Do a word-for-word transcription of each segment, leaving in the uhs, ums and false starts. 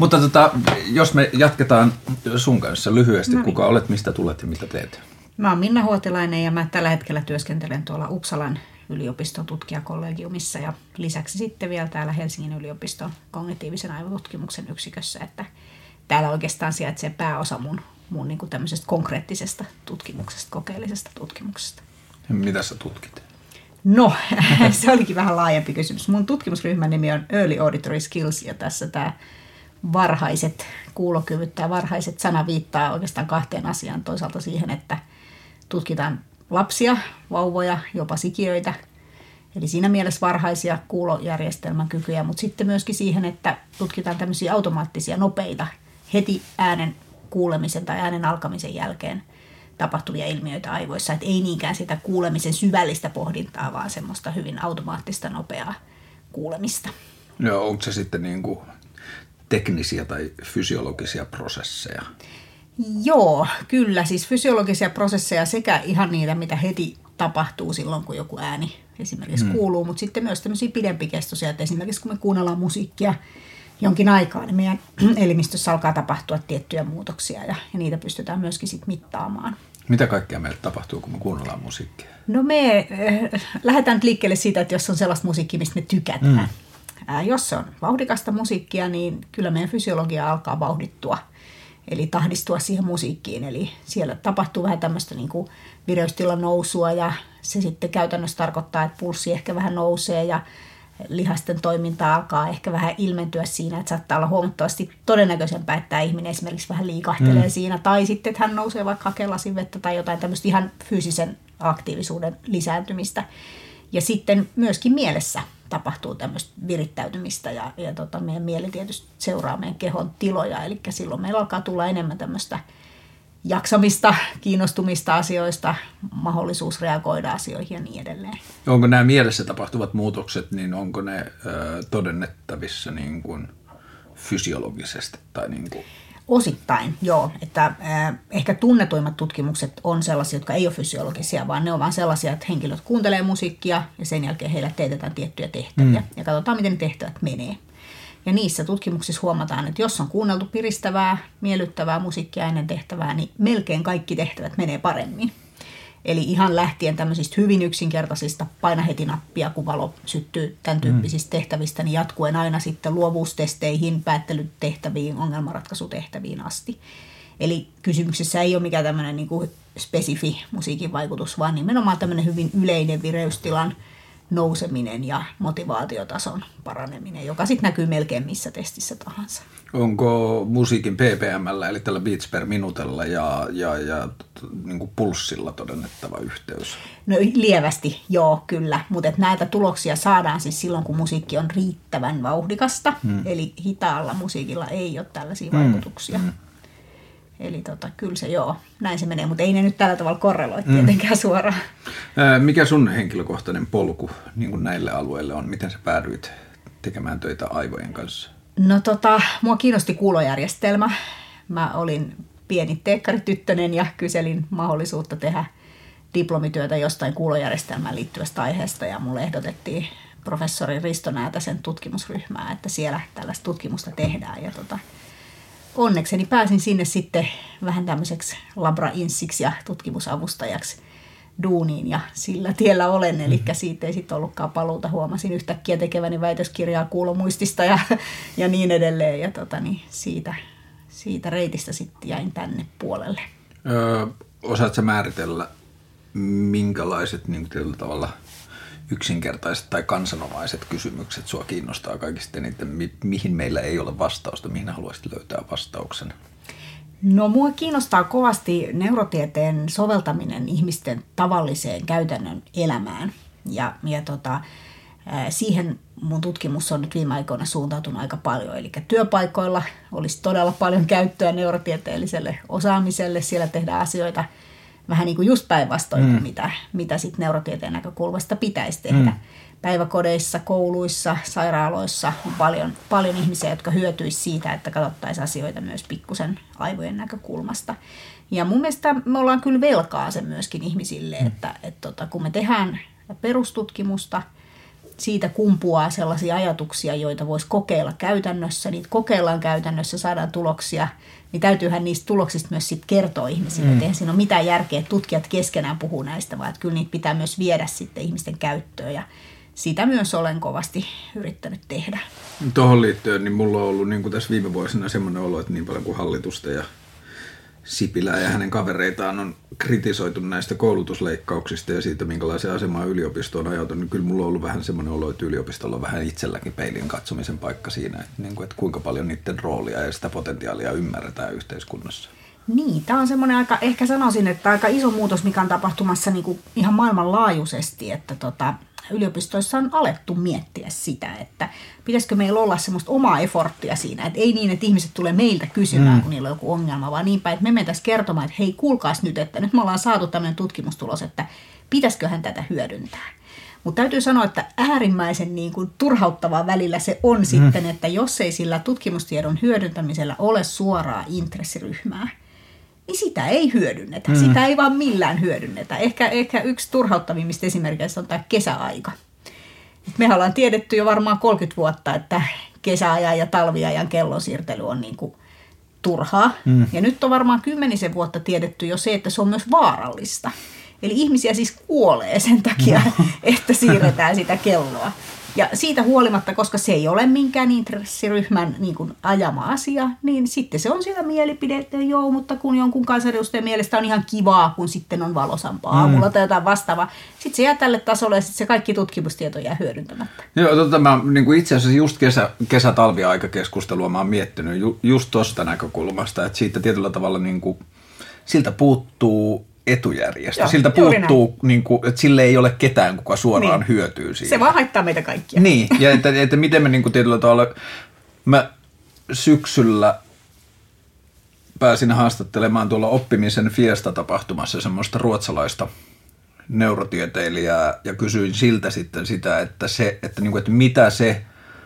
Mutta tota, jos me jatketaan sun kanssa lyhyesti, no, kuka olet, mistä tulet ja mitä teet? Mä oon Minna Huotilainen ja mä tällä hetkellä työskentelen tuolla Uppsalan yliopiston tutkijakollegiumissa ja lisäksi sitten vielä täällä Helsingin yliopiston kognitiivisen aivotutkimuksen yksikössä, että täällä oikeastaan sijaitsee pääosa mun, mun niin kuin tämmöisestä konkreettisesta tutkimuksesta, kokeellisesta tutkimuksesta. Mitä sä tutkit? No, se olikin vähän laajempi kysymys. Mun tutkimusryhmän nimi on Early Auditory Skills ja tässä tämä varhaiset kuulokyvyt tai varhaiset sana viittaa oikeastaan kahteen asiaan. Toisaalta siihen, että tutkitaan lapsia, vauvoja, jopa sikiöitä. Eli siinä mielessä varhaisia kuulojärjestelmän kykyjä, mutta sitten myöskin siihen, että tutkitaan tämmöisiä automaattisia, nopeita, heti äänen kuulemisen tai äänen alkamisen jälkeen tapahtuvia ilmiöitä aivoissa. Että ei niinkään sitä kuulemisen syvällistä pohdintaa, vaan semmoista hyvin automaattista, nopeaa kuulemista. Joo, onko se sitten niin kuin teknisiä tai fysiologisia prosesseja? Joo, kyllä. Siis fysiologisia prosesseja sekä ihan niitä, mitä heti tapahtuu silloin, kun joku ääni esimerkiksi hmm. kuuluu, mutta sitten myös tämmöisiä pidempikestoisia, että esimerkiksi kun me kuunnellaan musiikkia jonkin aikaa, niin meidän elimistössä alkaa tapahtua tiettyjä muutoksia ja, ja niitä pystytään myöskin sitten mittaamaan. Mitä kaikkea meille tapahtuu, kun me kuunnellaan musiikkia? No me äh, lähdetään nyt liikkeelle siitä, että jos on sellaista musiikkia, mistä me tykätään. Hmm. Äh, jos se on vauhdikasta musiikkia, niin kyllä meidän fysiologia alkaa vauhdittua. Eli tahdistua siihen musiikkiin. Eli siellä tapahtuu vähän tämmöistä niin kuin vireystilan nousua ja se sitten käytännössä tarkoittaa, että pulssi ehkä vähän nousee ja lihasten toiminta alkaa ehkä vähän ilmentyä siinä, että saattaa olla huomattavasti todennäköisempää, että tämä ihminen esimerkiksi vähän liikahtelee mm. siinä. Tai sitten, että hän nousee vaikka hakee lasin vettä tai jotain tämmöistä ihan fyysisen aktiivisuuden lisääntymistä. Ja sitten myöskin mielessä tapahtuu tämmöistä virittäytymistä ja, ja tota, meidän mieli tietysti seuraa meidän kehon tiloja. Eli silloin meillä alkaa tulla enemmän tämmöistä jaksamista, kiinnostumista asioista, mahdollisuus reagoida asioihin ja niin edelleen. Onko nämä mielessä tapahtuvat muutokset, niin onko ne ö, todennettavissa niin kuin fysiologisesti tai niin kuin? Osittain, joo. Että, äh, ehkä tunnetuimmat tutkimukset on sellaisia, jotka ei ole fysiologisia, vaan ne on vaan sellaisia, että henkilöt kuuntelee musiikkia ja sen jälkeen heillä teetetään tiettyjä tehtäviä mm. ja katsotaan, miten ne tehtävät menee. Ja niissä tutkimuksissa huomataan, että jos on kuunneltu piristävää, miellyttävää musiikkia ennen tehtävää, niin melkein kaikki tehtävät menee paremmin. Eli ihan lähtien tämmöisistä hyvin yksinkertaisista paina heti nappia, kun valo syttyy tämän tyyppisistä tehtävistä, niin jatkuen aina sitten luovuustesteihin, päättelytehtäviin, ongelmanratkaisutehtäviin asti. Eli kysymyksessä ei ole mikään tämmöinen niin kuin spesifi musiikin vaikutus, vaan nimenomaan tämmöinen hyvin yleinen vireystilan nouseminen ja motivaatiotason paraneminen, joka sitten näkyy melkein missä testissä tahansa. Onko musiikin P P M:llä, eli tällä beats per minutella ja, ja, ja niin kuin pulssilla todennettava yhteys? No lievästi, joo, kyllä. Mutta näitä tuloksia saadaan siis silloin, kun musiikki on riittävän vauhdikasta. Hmm. Eli hitaalla musiikilla ei ole tällaisia hmm. vaikutuksia. Hmm. Eli tota, kyllä se joo, näin se menee, mutta ei ne nyt tällä tavalla korreloi tietenkään mm. suoraan. Mikä sun henkilökohtainen polku niin kuin näille alueille on? Miten sä päädyit tekemään töitä aivojen kanssa? No tota, mua kiinnosti kuulojärjestelmä. Mä olin pieni teekkarityttönen ja kyselin mahdollisuutta tehdä diplomityötä jostain kuulojärjestelmään liittyvästä aiheesta ja mulle ehdotettiin professori Risto Näätäsen tutkimusryhmää, että siellä tällaista tutkimusta tehdään ja tota, onnekseni pääsin sinne sitten vähän tämmöiseksi labrainsiksi ja tutkimusavustajaksi duuniin ja sillä tiellä olen. Eli siitä ei sitten ollutkaan paluuta. Huomasin yhtäkkiä tekeväni väitöskirjaa kuulomuistista ja, ja niin edelleen. Ja tota, niin siitä, siitä reitistä sitten jäin tänne puolelle. Öö, osaatko määritellä, minkälaiset niin tietyllä tavalla yksinkertaiset tai kansanomaiset kysymykset sua kiinnostaa kaikista eniten, mi- mihin meillä ei ole vastausta, mihin haluaisit löytää vastauksen? No mua kiinnostaa kovasti neurotieteen soveltaminen ihmisten tavalliseen käytännön elämään ja, ja tota, siihen mun tutkimus on nyt viime aikoina suuntautunut aika paljon. Eli työpaikoilla olisi todella paljon käyttöä neurotieteelliselle osaamiselle, siellä tehdään asioita vähän niin kuin just päinvastoin, mm. mitä, mitä sit neurotieteen näkökulmasta pitäisi tehdä. Mm. Päiväkodeissa, kouluissa, sairaaloissa on paljon, paljon ihmisiä, jotka hyötyisivät siitä, että katsottaisiin asioita myös pikkusen aivojen näkökulmasta. Ja mun mielestä me ollaan kyllä velkaa sen myöskin ihmisille, mm. että et tota, kun me tehdään perustutkimusta siitä kumpuaa sellaisia ajatuksia, joita voisi kokeilla käytännössä. Niitä kokeillaan käytännössä, saadaan tuloksia, niin täytyyhän niistä tuloksista myös sit kertoa ihmisille. Mm. Eihän siinä ole mitään järkeä, että tutkijat keskenään puhuu näistä, vaan että kyllä niitä pitää myös viedä sitten ihmisten käyttöön. Ja sitä myös olen kovasti yrittänyt tehdä. Tuohon liittyen, niin mulla on ollut niin kuin tässä viime vuosina semmoinen olo, että niin paljon kuin hallitusta ja Sipilää ja hänen kavereitaan on kritisoitu näistä koulutusleikkauksista ja siitä, minkälaiseen asemaan yliopisto on ajautunut, niin kyllä mulla on ollut vähän semmoinen olo, että yliopistolla on vähän itselläkin peilin katsomisen paikka siinä, että, niin kuin, että kuinka paljon niiden roolia ja sitä potentiaalia ymmärretään yhteiskunnassa. Niin, tämä on semmoinen aika, ehkä sanoisin, että aika iso muutos, mikä on tapahtumassa niin kuin ihan maailmanlaajuisesti, että tota, yliopistoissa on alettu miettiä sitä, että pitäisikö meillä olla semmoista omaa efforttia siinä, että ei niin, että ihmiset tulee meiltä kysymään, mm. kun niillä on joku ongelma, vaan niin päin, että me mentäisiin kertomaan, että hei, kuulkaas nyt, että nyt me ollaan saatu tämmöinen tutkimustulos, että pitäisiköhän tätä hyödyntää. Mutta täytyy sanoa, että äärimmäisen niin kuin turhauttavaa välillä se on mm. sitten, että jos ei sillä tutkimustiedon hyödyntämisellä ole suoraa intressiryhmää, niin sitä ei hyödynnetä. Mm. Sitä ei vaan millään hyödynnetä. Ehkä, ehkä yksi turhauttavimmista esimerkiksi on tämä kesäaika. Mehän ollaan tiedetty jo varmaan kolmekymmentä vuotta, että kesäajan ja talviajan kellonsiirtely on niin kuin turhaa. Mm. Ja nyt on varmaan kymmenisen vuotta tiedetty jo se, että se on myös vaarallista. Eli ihmisiä siis kuolee sen takia, no. että siirretään sitä kelloa. Ja siitä huolimatta, koska se ei ole minkään intressiryhmän niin kuin ajama asia, niin sitten se on siellä mielipide, että joo, mutta kun jonkun kansanedustajan mielestä on ihan kivaa, kun sitten on valosampaa aamulla mm. tai jotain vastaavaa. Sitten se jää tälle tasolle ja sitten se kaikki tutkimustieto jää hyödyntämättä. Joo, tota, mä niin kuin itse asiassa just kesä, kesä-talvi-aikakeskustelua mä oon miettinyt ju, just tuosta näkökulmasta, että siitä tietyllä tavalla niin kuin, siltä puuttuu etujärjestö. Joo, siltä puuttuu, niin kuin, että sille ei ole ketään, kuka suoraan niin. hyötyy siitä. Se vaan haittaa meitä kaikkia. Niin, ja että, että miten me niin kuin tietyllä tavalla, mä syksyllä pääsin haastattelemaan tuolla oppimisen Fiesta-tapahtumassa semmoista ruotsalaista neurotieteilijää ja kysyin siltä sitten sitä, että, se, että, niin kuin, että mitä se,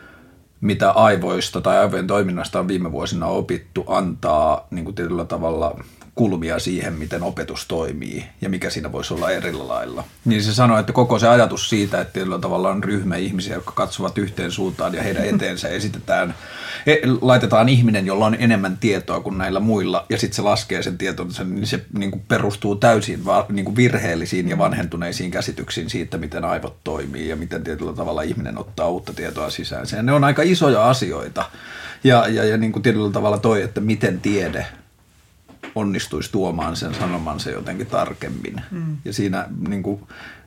mitä aivoista tai aivojen toiminnasta on viime vuosina opittu, antaa niin kuin tietyllä tavalla kulmia siihen, miten opetus toimii ja mikä siinä voisi olla eri lailla. Niin se sanoi, että koko se ajatus siitä, että tietyllä tavalla on ryhmä ihmisiä, jotka katsovat yhteen suuntaan ja heidän eteensä esitetään, laitetaan ihminen, jolla on enemmän tietoa kuin näillä muilla ja sitten se laskee sen tietonsa, niin se niin kuin perustuu täysin niin kuin virheellisiin ja vanhentuneisiin käsityksiin siitä, miten aivot toimii ja miten tietyllä tavalla ihminen ottaa uutta tietoa sisään. Ne on aika isoja asioita ja, ja, ja niin kuin tietyllä tavalla toi, että miten tiede onnistuisi tuomaan sen sanomansa jotenkin tarkemmin. Mm. Ja siinä niin kuin,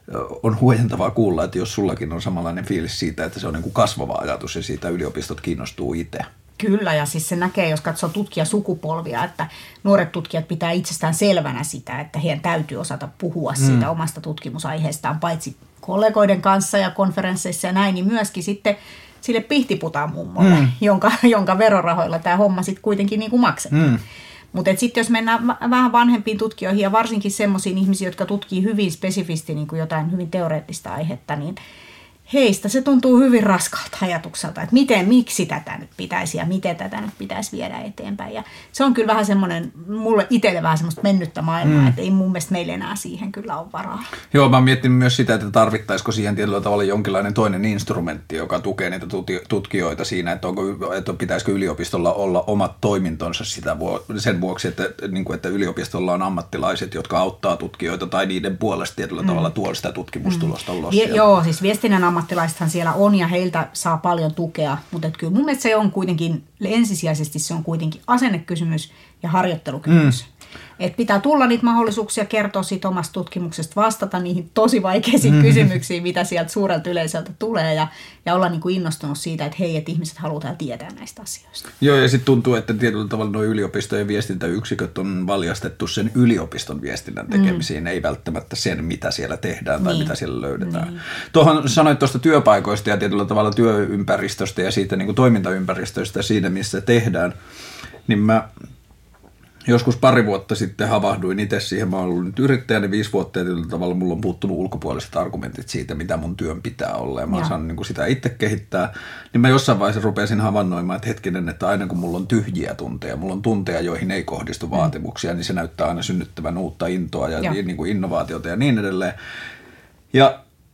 on huojentavaa kuulla, että jos sullakin on samanlainen fiilis siitä, että se on niin kuin kasvava ajatus ja siitä yliopistot kiinnostuu itse. Kyllä, ja siis se näkee, jos katsoo tutkijasukupolvia, että nuoret tutkijat pitää itsestään selvänä sitä, että heidän täytyy osata puhua mm. siitä omasta tutkimusaiheestaan, paitsi kollegoiden kanssa ja konferensseissa ja näin, niin myöskin sitten sille pihtiputaan mummolle, mm. jonka, jonka verorahoilla tämä homma sitten kuitenkin niin kuin maksetaan. Mm. Mutta sitten jos mennään vähän vanhempiin tutkijoihin ja varsinkin semmoisiin ihmisiin, jotka tutkii hyvin spesifisti niin kuin jotain hyvin teoreettista aihetta, niin heistä se tuntuu hyvin raskalta ajatukselta, että miten, miksi tätä nyt pitäisi ja miten tätä nyt pitäisi viedä eteenpäin. Ja se on kyllä vähän semmoinen, mulle itselle vähän semmoista mennyttä maailmaa, mm. että ei mun mielestä meillä enää siihen kyllä ole varaa. Joo, mä oon miettinyt myös sitä, että tarvittaisiko siihen tietyllä tavalla jonkinlainen toinen instrumentti, joka tukee niitä tutkijoita siinä, että, onko, että pitäisikö yliopistolla olla omat toimintonsa sitä sen vuoksi, että, että yliopistolla on ammattilaiset, jotka auttaa tutkijoita tai niiden puolesta tietyllä mm. tavalla tuolla sitä tutkimustulosta ulos. Mm. Joo, siis viestinnän ammattilaisethan siellä on ja heiltä saa paljon tukea, mutta kyllä mun mielestä se on kuitenkin, ensisijaisesti se on kuitenkin asennekysymys ja harjoittelukysymys. Mm. Että pitää tulla niitä mahdollisuuksia kertoa siitä omasta tutkimuksesta, vastata niihin tosi vaikeisiin mm. kysymyksiin, mitä sieltä suurelta yleisöltä tulee ja, ja olla niin kuin innostunut siitä, että hei, että ihmiset halutaan tietää näistä asioista. Joo, ja sitten tuntuu, että tietyllä tavalla nuo yliopistojen viestintäyksiköt on valjastettu sen yliopiston viestinnän tekemisiin, mm. ei välttämättä sen, mitä siellä tehdään tai niin. mitä siellä löydetään. Niin. Tuohon sanoit tuosta työpaikoista ja tietyllä tavalla työympäristöstä ja siitä niin kuin toimintaympäristöstä siinä, missä tehdään, niin mä joskus pari vuotta sitten havahduin itse siihen. Mä oon ollut nyt yrittäjäni viisi vuotta ja tietyllä tavalla mulla on puuttunut ulkopuoliset argumentit siitä, mitä mun työn pitää olla. Ja mä oon saanut niin kuin sitä itse kehittää. Niin mä jossain vaiheessa rupesin havainnoimaan, että hetkinen, että aina kun mulla on tyhjiä tunteja, mulla on tunteja, joihin ei kohdistu mm. vaatimuksia, niin se näyttää aina synnyttävän uutta intoa ja, ja niin kuin innovaatiota ja niin edelleen. Ja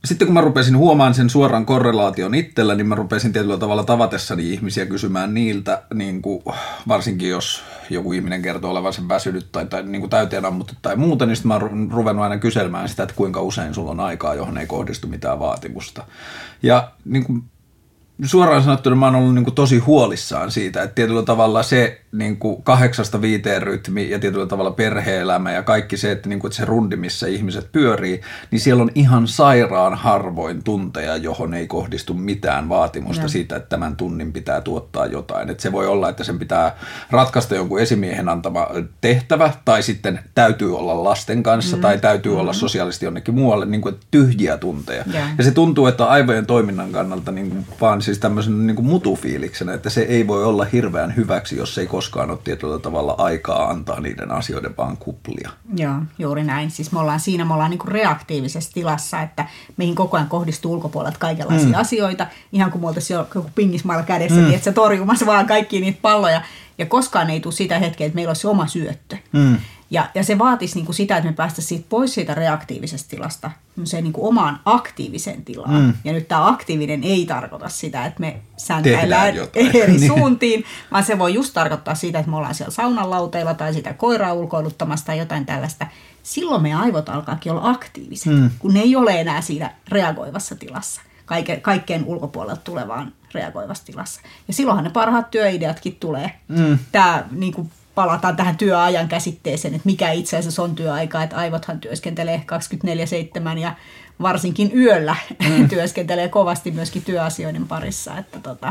sitten kun mä rupesin huomaan sen suoran korrelaation itsellä, niin mä rupesin tietyllä tavalla tavatessani ihmisiä kysymään niiltä, niin kuin, varsinkin jos joku ihminen kertoo olevansa väsynyt tai, tai niin kuin täyteen ammuttu tai muuta, niin sitten mä oon ruvennut aina kyselemään sitä, että kuinka usein sulla on aikaa, johon ei kohdistu mitään vaatimusta. Ja niin kuin, suoraan sanottuna mä oon ollut niin kuin tosi huolissaan siitä, että tietyllä tavalla se niin kuin kahdeksasta viiteen rytmi ja tietyllä tavalla perhe-elämä ja kaikki se, että, niin kuin, että se rundi, missä ihmiset pyörii, niin siellä on ihan sairaan harvoin tunteja, johon ei kohdistu mitään vaatimusta ja. siitä, että tämän tunnin pitää tuottaa jotain. Että se voi olla, että sen pitää ratkaista jonkun esimiehen antama tehtävä tai sitten täytyy olla lasten kanssa mm. tai täytyy mm. olla sosiaalisesti jonnekin muualle, niin kuin, että tyhjiä tunteja. Ja. ja se tuntuu, että aivojen toiminnan kannalta niin kuin, vaan siis tämmöisen niin kuin mutufiiliksenä, että se ei voi olla hirveän hyväksi, jos ei koskaan ole tietyllä tavalla aikaa antaa niiden asioiden vaan kuplia. Joo, juuri näin. Siis me ollaan siinä, me ollaan niin kuin reaktiivisessa tilassa, että meihin koko ajan kohdistuu ulkopuolelta kaikenlaisia mm. asioita, ihan kuin me oltaisiin joku pingismailla kädessä, mm. että torjumassa vaan kaikkia niitä palloja, ja koskaan ei tule sitä hetkeä, että meillä olisi oma syöttö. Mm. Ja, ja se vaatisi niin kuin sitä, että me päästäisiin siitä pois siitä reaktiivisesta tilasta se niin kuin omaan aktiiviseen tilaan. Mm. Ja nyt tämä aktiivinen ei tarkoita sitä, että me säntäillään eri suuntiin, vaan se voi just tarkoittaa sitä, että me ollaan siellä saunan lauteilla tai sitä koiraa ulkoiluttamassa tai jotain tällaista. Silloin meidän aivot alkaakin olla aktiiviset, mm. kun ne ei ole enää siinä reagoivassa tilassa, Kaike, kaikkeen ulkopuolelta tulevaan reagoivassa tilassa. Ja silloinhan ne parhaat työideatkin tulee. Mm. Tämä niin kuin palataan tähän työajan käsitteeseen, että mikä itse asiassa on työaika, että aivothan työskentelee kaksikymmentäneljä seitsemän ja varsinkin yöllä mm. työskentelee kovasti myöskin työasioiden parissa. Että tota,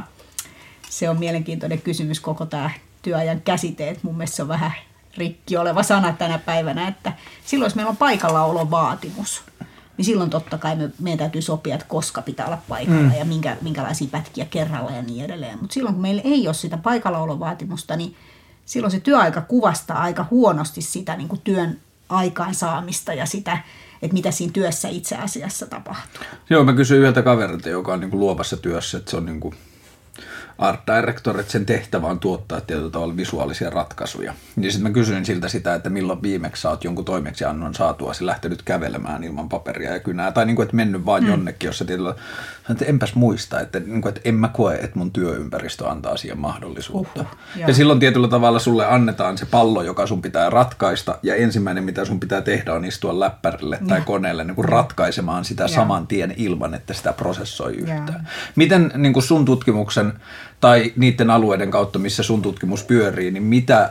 se on mielenkiintoinen kysymys koko tämä työajan käsite, että mun mielestä se on vähän rikki oleva sana tänä päivänä, että silloin jos meillä on paikallaolon vaatimus, niin silloin totta kai me, meidän täytyy sopia, että koska pitää olla paikalla mm. ja minkä, minkälaisia pätkiä kerralla ja niin edelleen. Mutta silloin kun meillä ei ole sitä paikallaolon vaatimusta, niin silloin se työaika kuvastaa aika huonosti sitä niin kuin työn aikaansaamista ja sitä, että mitä siinä työssä itse asiassa tapahtuu. Joo, mä kysyin yhdeltä kaverilta, joka on niin kuin luovassa työssä, että se on niin kuin art director, että sen tehtävä on tuottaa tietyllä tavalla visuaalisia ratkaisuja. Ja sitten mä kysyin siltä sitä, että milloin viimeksi sä oot jonkun toimeksiannon saatuasi lähtenyt kävelemään ilman paperia ja kynää. Tai niin kuin, että mennyt vaan mm. jonnekin, jossa tietyllä että enpäs muista, että, niin kuin, että en mä koe, että mun työympäristö antaa siihen mahdollisuutta. Uhuh, ja silloin tietyllä tavalla sulle annetaan se pallo, joka sun pitää ratkaista. Ja ensimmäinen, mitä sun pitää tehdä, on istua läppärille tai ja. koneelle niin kuin ratkaisemaan sitä ja. saman tien ilman, että sitä prosessoi yhtään. Ja. Miten niin kuin sun tutkimuksen tai niiden alueiden kautta, missä sun tutkimus pyörii, niin mitä,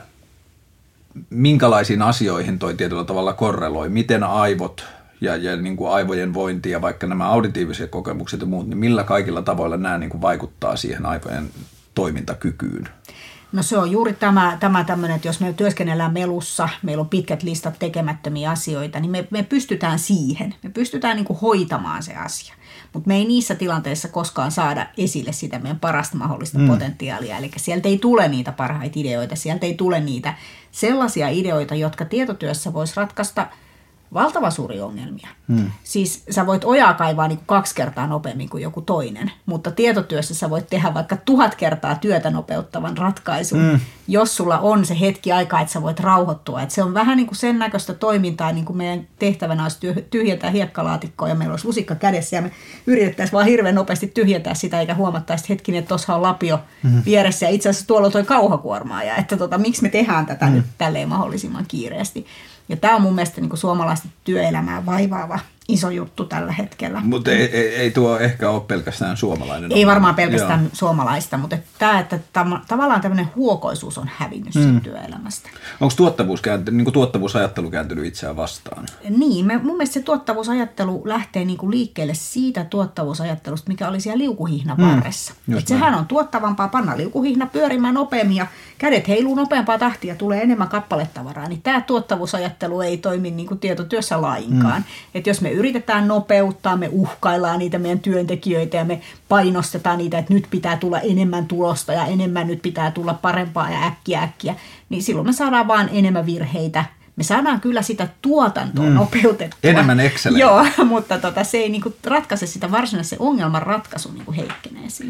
minkälaisiin asioihin toi tietyllä tavalla korreloi? Miten aivot ja, ja niin kuin aivojen vointi ja vaikka nämä auditiiviset kokemukset ja muut, niin millä kaikilla tavoilla nämä niin kuin vaikuttaa siihen aivojen toimintakykyyn? No se on juuri tämä, tämä tämmöinen, että jos me työskennellään melussa, meillä on pitkät listat tekemättömiä asioita, niin me, me pystytään siihen. Me pystytään niin kuin hoitamaan se asia. Mutta me ei niissä tilanteissa koskaan saada esille sitä meidän parasta mahdollista mm. potentiaalia. Eli sieltä ei tule niitä parhaita ideoita, sieltä ei tule niitä sellaisia ideoita, jotka tietotyössä voisi ratkaista valtavan suuria ongelmia. Hmm. Siis sä voit ojaa kaivaa niin kuin kaksi kertaa nopeammin kuin joku toinen, mutta tietotyössä sä voit tehdä vaikka tuhat kertaa työtä nopeuttavan ratkaisun, hmm. jos sulla on se hetki aikaa, että sä voit rauhoittua. Et se on vähän niin kuin sen näköistä toimintaa, niin kuin meidän tehtävänä olisi tyhjentää hiekkalaatikkoa ja meillä olisi lusikka kädessä ja me yritettäisiin vaan hirveän nopeasti tyhjentää sitä eikä huomattaisi hetkinen, että tuossa on lapio hmm. vieressä ja itse asiassa tuolla on toi kauhakuormaaja, että tota, miksi me tehdään tätä hmm. nyt tälleen mahdollisimman kiireesti. Ja tämä on mun mielestä niin kuin suomalaista työelämää vaivaava iso juttu tällä hetkellä. Mutta ei, ei, ei tuo ehkä ole pelkästään suomalainen. Ei varmaan pelkästään Joo. suomalaista, mutta tämä, että tam, tavallaan tämmöinen huokoisuus on hävinnyt mm. työelämästä. Onko tuottavuus niin kuin tuottavuusajattelu kääntynyt itseään vastaan? Niin, me, mun mielestä se tuottavuusajattelu lähtee niin kuin liikkeelle siitä tuottavuusajattelusta, mikä oli siellä liukuhihnan mm. varressa. Että sehän on tuottavampaa panna liukuhihna pyörimään nopeammin ja kädet heiluu nopeampaa tahtia ja tulee enemmän kappaletavaraa. Niin tämä tuottavuusajattelu ei toimi niin kuin tietotyössä lainkaan. Mm. Että jos me yritetään nopeuttaa, me uhkaillaan niitä meidän työntekijöitä ja me painostetaan niitä, että nyt pitää tulla enemmän tulosta ja enemmän nyt pitää tulla parempaa ja äkkiä äkkiä, niin silloin me saadaan vaan enemmän virheitä. Me saadaan kyllä sitä tuotantoa mm. nopeutettua. Enemmän Exceleitä. Joo, mutta tota, se ei niinku ratkaise sitä varsinaisen ongelman ratkaisu niinku heikkenee siinä.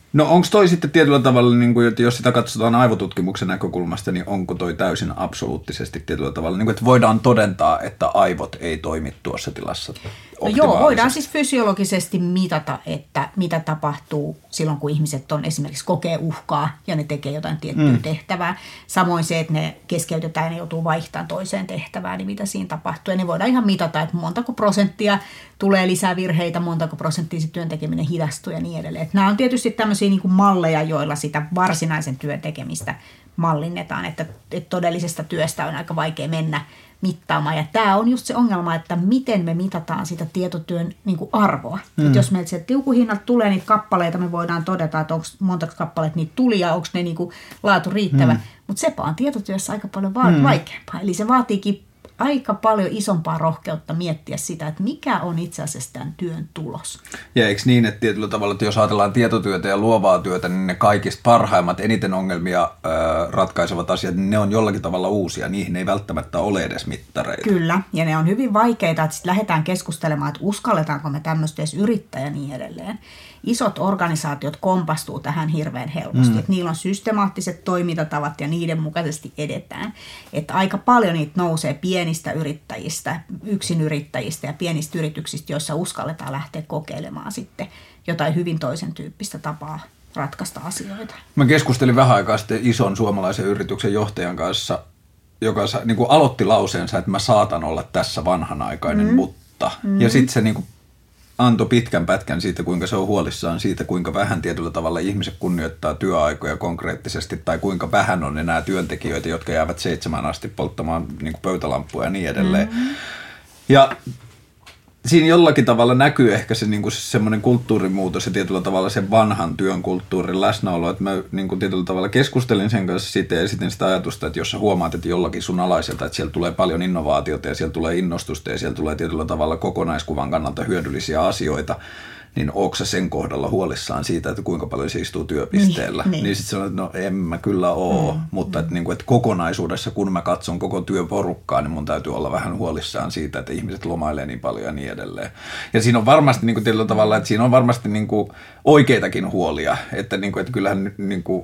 No onko toi sitten tietyllä tavalla, niin kuin, että jos sitä katsotaan aivotutkimuksen näkökulmasta, niin onko toi täysin absoluuttisesti tietyllä tavalla, niin kuin, että voidaan todentaa, että aivot ei toimi tuossa tilassa No joo, voidaan siis fysiologisesti mitata, että mitä tapahtuu silloin, kun ihmiset on esimerkiksi kokee uhkaa ja ne tekee jotain tiettyä mm. tehtävää. Samoin se, että ne keskeytetään ja ne joutuu vaihtamaan toiseen tehtävään, niin mitä siinä tapahtuu. Ja ne voidaan ihan mitata, että montako prosenttia tulee lisää virheitä, montako prosenttia se työn tekeminen hidastuu ja niin edelleen. Että nämä on tietysti tämmöisiä niin kuin malleja, joilla sitä varsinaisen työn tekemistä mallinnetaan, että, että todellisesta työstä on aika vaikea mennä mittaamaan. Ja tämä on just se ongelma, että miten me mitataan sitä tietotyön niin kuin arvoa. Mm. Että jos meiltä se tiukuhinnalta tulee niitä kappaleita, me voidaan todeta, että onko monta kappaleita niitä tuli ja onko ne niin kuin laatu riittävä. Mm. Mutta sepä on tietotyössä aika paljon va- mm. vaikeampaa. Eli se vaatiikin aika paljon isompaa rohkeutta miettiä sitä, että mikä on itse asiassa tämän työn tulos. Ja eikö niin, että tietyllä tavalla, että jos ajatellaan tietotyötä ja luovaa työtä, niin ne kaikista parhaimmat, eniten ongelmia äh, ratkaisevat asiat, niin ne on jollakin tavalla uusia. Niihin ei välttämättä ole edes mittareita. Kyllä, ja ne on hyvin vaikeita, että sitten lähdetään keskustelemaan, että uskalletaanko me tämmöistä edes yrittää ja niin edelleen. Isot organisaatiot kompastuu tähän hirveän helposti, mm. että niillä on systemaattiset toimintatavat ja niiden mukaisesti edetään. Että aika paljon niitä nousee pienistä yrittäjistä, yksinyrittäjistä ja pienistä yrityksistä, joissa uskalletaan lähteä kokeilemaan sitten jotain hyvin toisen tyyppistä tapaa ratkaista asioita. Mä keskustelin vähän aikaa sitten ison suomalaisen yrityksen johtajan kanssa, joka niin kuin aloitti lauseensa, että mä saatan olla tässä vanhanaikainen, mm. mutta. Mm. Ja sitten se niin kuin antoi pitkän pätkän siitä, kuinka se on huolissaan siitä, kuinka vähän tietyllä tavalla ihmiset kunnioittaa työaikoja konkreettisesti, tai kuinka vähän on enää työntekijöitä, jotka jäävät seitsemän asti polttamaan niin kuin pöytälamppuja ja niin edelleen. Mm-hmm. Ja siinä jollakin tavalla näkyy ehkä se, niin kuin se semmoinen kulttuurimuutos ja tietyllä tavalla se vanhan työn kulttuurin läsnäolo, että mä niin kuin tietyllä tavalla keskustelin sen kanssa siitä ja esitin sitä ajatusta, että jos sä huomaat, että jollakin sun alaiselta, että siellä tulee paljon innovaatiota ja siellä tulee innostusta ja siellä tulee tietyllä tavalla kokonaiskuvan kannalta hyödyllisiä asioita, niin ootko sä sen kohdalla huolissaan siitä, että kuinka paljon se istuu työpisteellä? Niin, niin. niin sitten sanoin, että no en mä kyllä oo, mm, mutta mm. Että, niin kuin, että kokonaisuudessa, kun mä katson koko työporukkaa, niin mun täytyy olla vähän huolissaan siitä, että ihmiset lomailee niin paljon ja niin edelleen. Ja siinä on varmasti niin kuin, tietyllä tavalla, että siinä on varmasti niin kuin, oikeitakin huolia, että, niin kuin, että kyllähän niin kuin,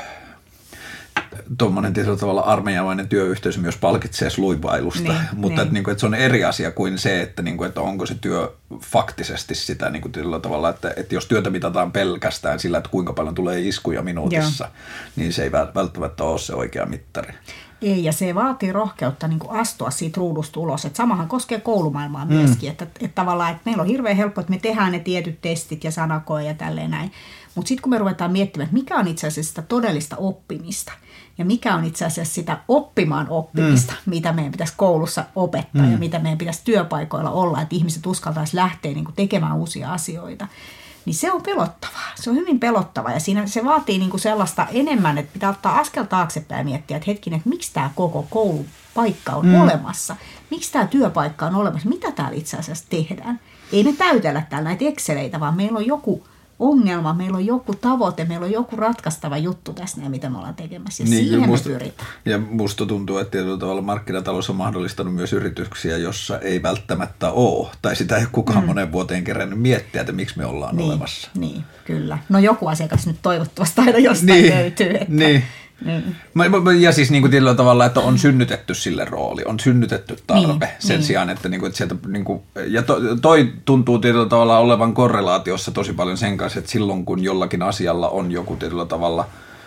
tuommoinen tietyllä tavalla armeijamainen työyhteisö myös palkitsee sluivailusta, niin, mutta niin. Että, niin kuin, että se on eri asia kuin se, että, niin kuin, että onko se työ faktisesti sitä niin kuin tietyllä tavalla, että, että jos työtä mitataan pelkästään sillä, että kuinka paljon tulee iskuja minuutissa, Joo. niin se ei välttämättä ole se oikea mittari. Ei, ja se vaatii rohkeutta niin kuin astua siitä ruudusta ulos. Että samahan koskee koulumaailmaa mm. myöskin, että, että tavallaan että meillä on hirveän helppo, että me tehdään ne tietyt testit ja sanakoe ja tälleen näin. Mutta sitten kun me ruvetaan miettimään, että mikä on itse asiassa sitä todellista oppimista ja mikä on itse asiassa sitä oppimaan oppimista, mm. mitä meidän pitäisi koulussa opettaa mm. ja mitä meidän pitäisi työpaikoilla olla, että ihmiset uskaltaisi lähteä niin kuin tekemään uusia asioita, niin se on pelottavaa. Se on hyvin pelottavaa ja siinä se vaatii niin kuin sellaista enemmän, että pitää ottaa askel taaksepäin ja miettiä, että hetkinen, että miksi tämä koko koulupaikka on mm. olemassa, miksi tämä työpaikka on olemassa, mitä täällä itse asiassa tehdään. Ei me täytellä täällä näitä exceleitä, vaan meillä on joku ongelma, meillä on joku tavoite, meillä on joku ratkaistava juttu tässä, mitä me ollaan tekemässä, ja niin, siihen musta, me pyritään. Ja musta tuntuu, että tietyllä tavalla markkinatalous on mahdollistanut myös yrityksiä, jossa ei välttämättä ole, tai sitä ei kukaan mm. monen vuoteen kerännyt miettiä, että miksi me ollaan niin, olemassa. Niin, kyllä. No joku asiakas nyt toivottavasti aina jostain niin, löytyy. Että niin. Mm. Ja siis niin kuin tietyllä tavalla, että on synnytetty sille rooli, on synnytetty tarve niin, sen niin. sijaan, että, niin kuin, että sieltä, niin kuin, ja to, toi tuntuu tietyllä tavalla olevan korrelaatiossa tosi paljon sen kanssa, että silloin kun jollakin asialla on joku tietyllä tavalla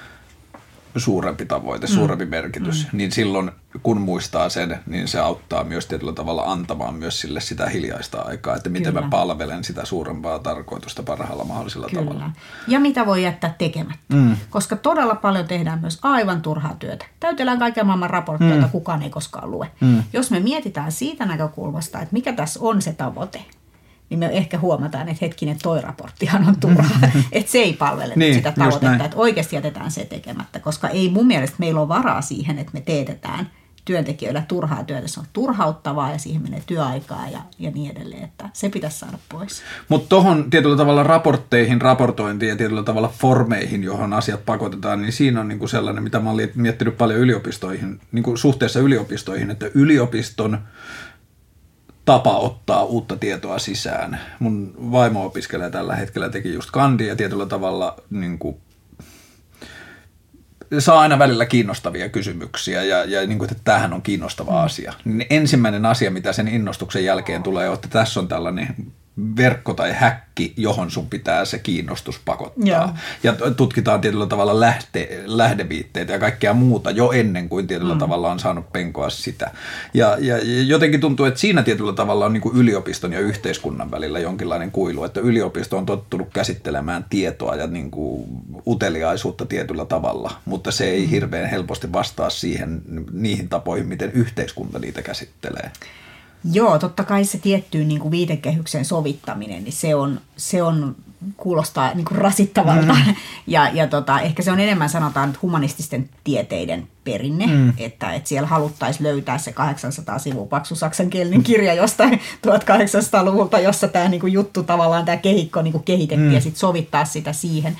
suurempi tavoite, mm. suurempi merkitys, mm. niin silloin kun muistaa sen, niin se auttaa myös tietyllä tavalla antamaan myös sille sitä hiljaista aikaa, että miten Kyllä. mä palvelen sitä suurempaa tarkoitusta parhaalla mahdollisella Kyllä. tavalla. Ja mitä voi jättää tekemättä, mm. koska todella paljon tehdään myös aivan turhaa työtä. Täytellään kaiken maailman raportteja, joita mm. kukaan ei koskaan lue. Mm. Jos me mietitään siitä näkökulmasta, että mikä tässä on se tavoite, niin me ehkä huomataan, että hetkinen, toi raporttihan on turha, että se ei palvele niin, sitä tavoitetta, että oikeasti jätetään se tekemättä, koska ei mun mielestä meillä ole varaa siihen, että me teetetään työntekijöillä turhaa työtä. Se on turhauttavaa ja siihen menee työaikaa ja, ja niin edelleen, että se pitäisi saada pois. Mutta tuohon tietyllä tavalla raportteihin, raportointiin ja tietyllä tavalla formeihin, johon asiat pakotetaan, niin siinä on niinku sellainen, mitä mä olen miettinyt paljon yliopistoihin, niinku suhteessa yliopistoihin, että yliopiston tapa ottaa uutta tietoa sisään. Mun vaimo opiskelee tällä hetkellä, teki just kandia ja tietyllä tavalla niin kuin, saa aina välillä kiinnostavia kysymyksiä ja, ja niin kuin, että tämähän on kiinnostava asia. Niin ensimmäinen asia, mitä sen innostuksen jälkeen tulee, on, että tässä on tällainen verkko tai häkki, johon sun pitää se kiinnostus pakottaa. Joo. Ja tutkitaan tietyllä tavalla lähte, lähdeviitteitä ja kaikkea muuta jo ennen kuin tietyllä mm. tavalla on saanut penkoa sitä. Ja, ja jotenkin tuntuu, että siinä tietyllä tavalla on niin kuin yliopiston ja yhteiskunnan välillä jonkinlainen kuilu, että yliopisto on tottunut käsittelemään tietoa ja niin kuin uteliaisuutta tietyllä tavalla, mutta se ei hirveän helposti vastaa siihen, niihin tapoihin, miten yhteiskunta niitä käsittelee. Joo, totta kai se tiettyyn niin kuin viitekehyksen sovittaminen, niin se on, se on kuulostaa niin kuin rasittavalta. Mm. Ja, ja tota, ehkä se on enemmän sanotaan nyt humanististen tieteiden perinne, mm. että, että siellä haluttaisiin löytää se kahdeksansataa sivua paksu saksankielinen kirja jostain tuhatkahdeksansataaluvulta, jossa tämä niin kuin juttu tavallaan, tämä kehikko niin kuin kehitettiin mm. ja sitten sovittaa sitä siihen.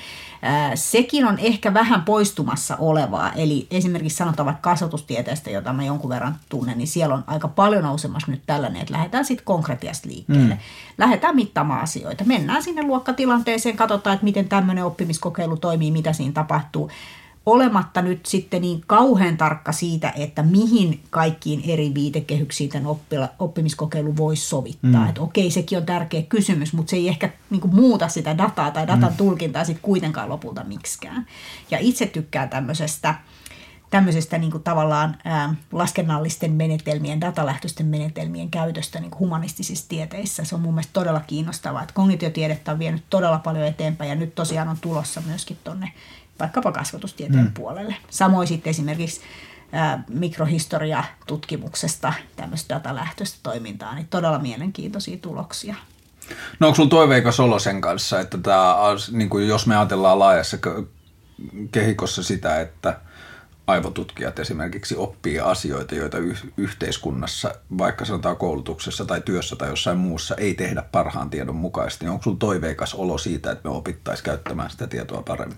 Sekin on ehkä vähän poistumassa olevaa, eli esimerkiksi sanotaan vaikka kasvatustieteestä, jota mä jonkun verran tunnen, niin siellä on aika paljon nousemassa nyt tällainen, että lähdetään sitten konkretiasta liikkeelle. Mm. Lähdetään mittaamaan asioita. Mennään sinne luokkatilanteeseen, katsotaan, että miten tämmöinen oppimiskokeilu toimii, mitä siinä tapahtuu. Olematta nyt sitten niin kauhean tarkka siitä, että mihin kaikkiin eri viitekehyksiin tämän oppila, oppimiskokeilu voisi sovittaa. Mm. Että okei, sekin on tärkeä kysymys, mutta se ei ehkä niin kuin muuta sitä dataa tai datan mm. tulkintaa sitten kuitenkaan lopulta miksikään. Ja itse tykkään tämmöisestä, tämmöisestä niin kuin tavallaan ää, laskennallisten menetelmien, datalähtöisten menetelmien käytöstä niin kuin humanistisissa tieteissä. Se on mun mielestä todella kiinnostavaa, että kognitiotiedettä on vienyt todella paljon eteenpäin ja nyt tosiaan on tulossa myöskin tonne vaikkapa kasvatustieteen mm. puolelle. Samoin sitten esimerkiksi ää, mikrohistoria-tutkimuksesta tämmöistä datalähtöistä toimintaa, niin todella mielenkiintoisia tuloksia. No onko sulla toiveikas olo sen kanssa, että tää, niin kuin jos me ajatellaan laajassa kehikossa sitä, että aivotutkijat esimerkiksi oppii asioita, joita y- yhteiskunnassa, vaikka sanotaan koulutuksessa tai työssä tai jossain muussa, ei tehdä parhaan tiedon mukaisesti, niin onko sulla toiveikas olo siitä, että me opittaisiin käyttämään sitä tietoa paremmin?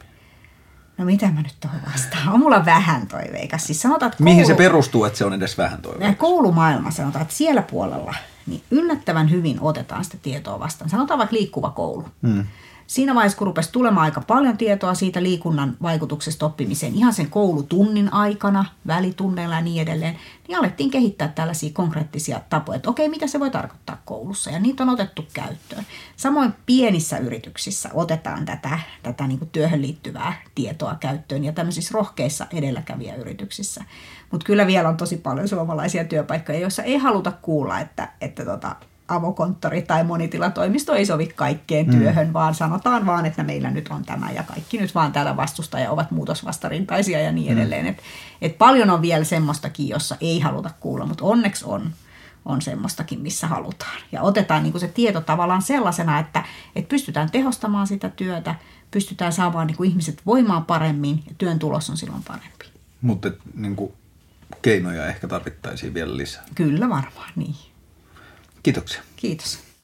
No mitä mä nyt tuohon vastaan? On mulla vähän toiveikas. Siis sanotaan, että koulu... Mihin se perustuu, että se on edes vähän toiveikas? Koulumaailma sanotaan, että siellä puolella niin yllättävän hyvin otetaan sitä tietoa vastaan. Sanotaan vaikka liikkuva koulu. Hmm. Siinä vaiheessa, kun rupesi tulemaan aika paljon tietoa siitä liikunnan vaikutuksesta oppimiseen ihan sen koulutunnin aikana, välitunneilla ja niin edelleen, niin alettiin kehittää tällaisia konkreettisia tapoja, että okei, mitä se voi tarkoittaa koulussa, ja niitä on otettu käyttöön. Samoin pienissä yrityksissä otetaan tätä, tätä niin kuin työhön liittyvää tietoa käyttöön, ja tämmöisissä rohkeissa edelläkävijäyrityksissä. Mutta kyllä vielä on tosi paljon suomalaisia työpaikkoja, joissa ei haluta kuulla, että, että tota, avokonttori tai monitilatoimisto ei sovi kaikkeen työhön, mm. vaan sanotaan vaan, että meillä nyt on tämä ja kaikki nyt vaan täällä vastustaa ja ovat muutosvastarintaisia ja niin edelleen. Mm. Et, et paljon on vielä semmoistakin, jossa ei haluta kuulla, mutta onneksi on, on semmoistakin, missä halutaan. Ja otetaan niinku se tieto tavallaan sellaisena, että et pystytään tehostamaan sitä työtä, pystytään saamaan niinku ihmiset voimaan paremmin ja työn tulos on silloin parempi. Mutta niinku, keinoja ehkä tarvittaisiin vielä lisää. Kyllä varmaan, niin. Kiitoksia. Kiitos.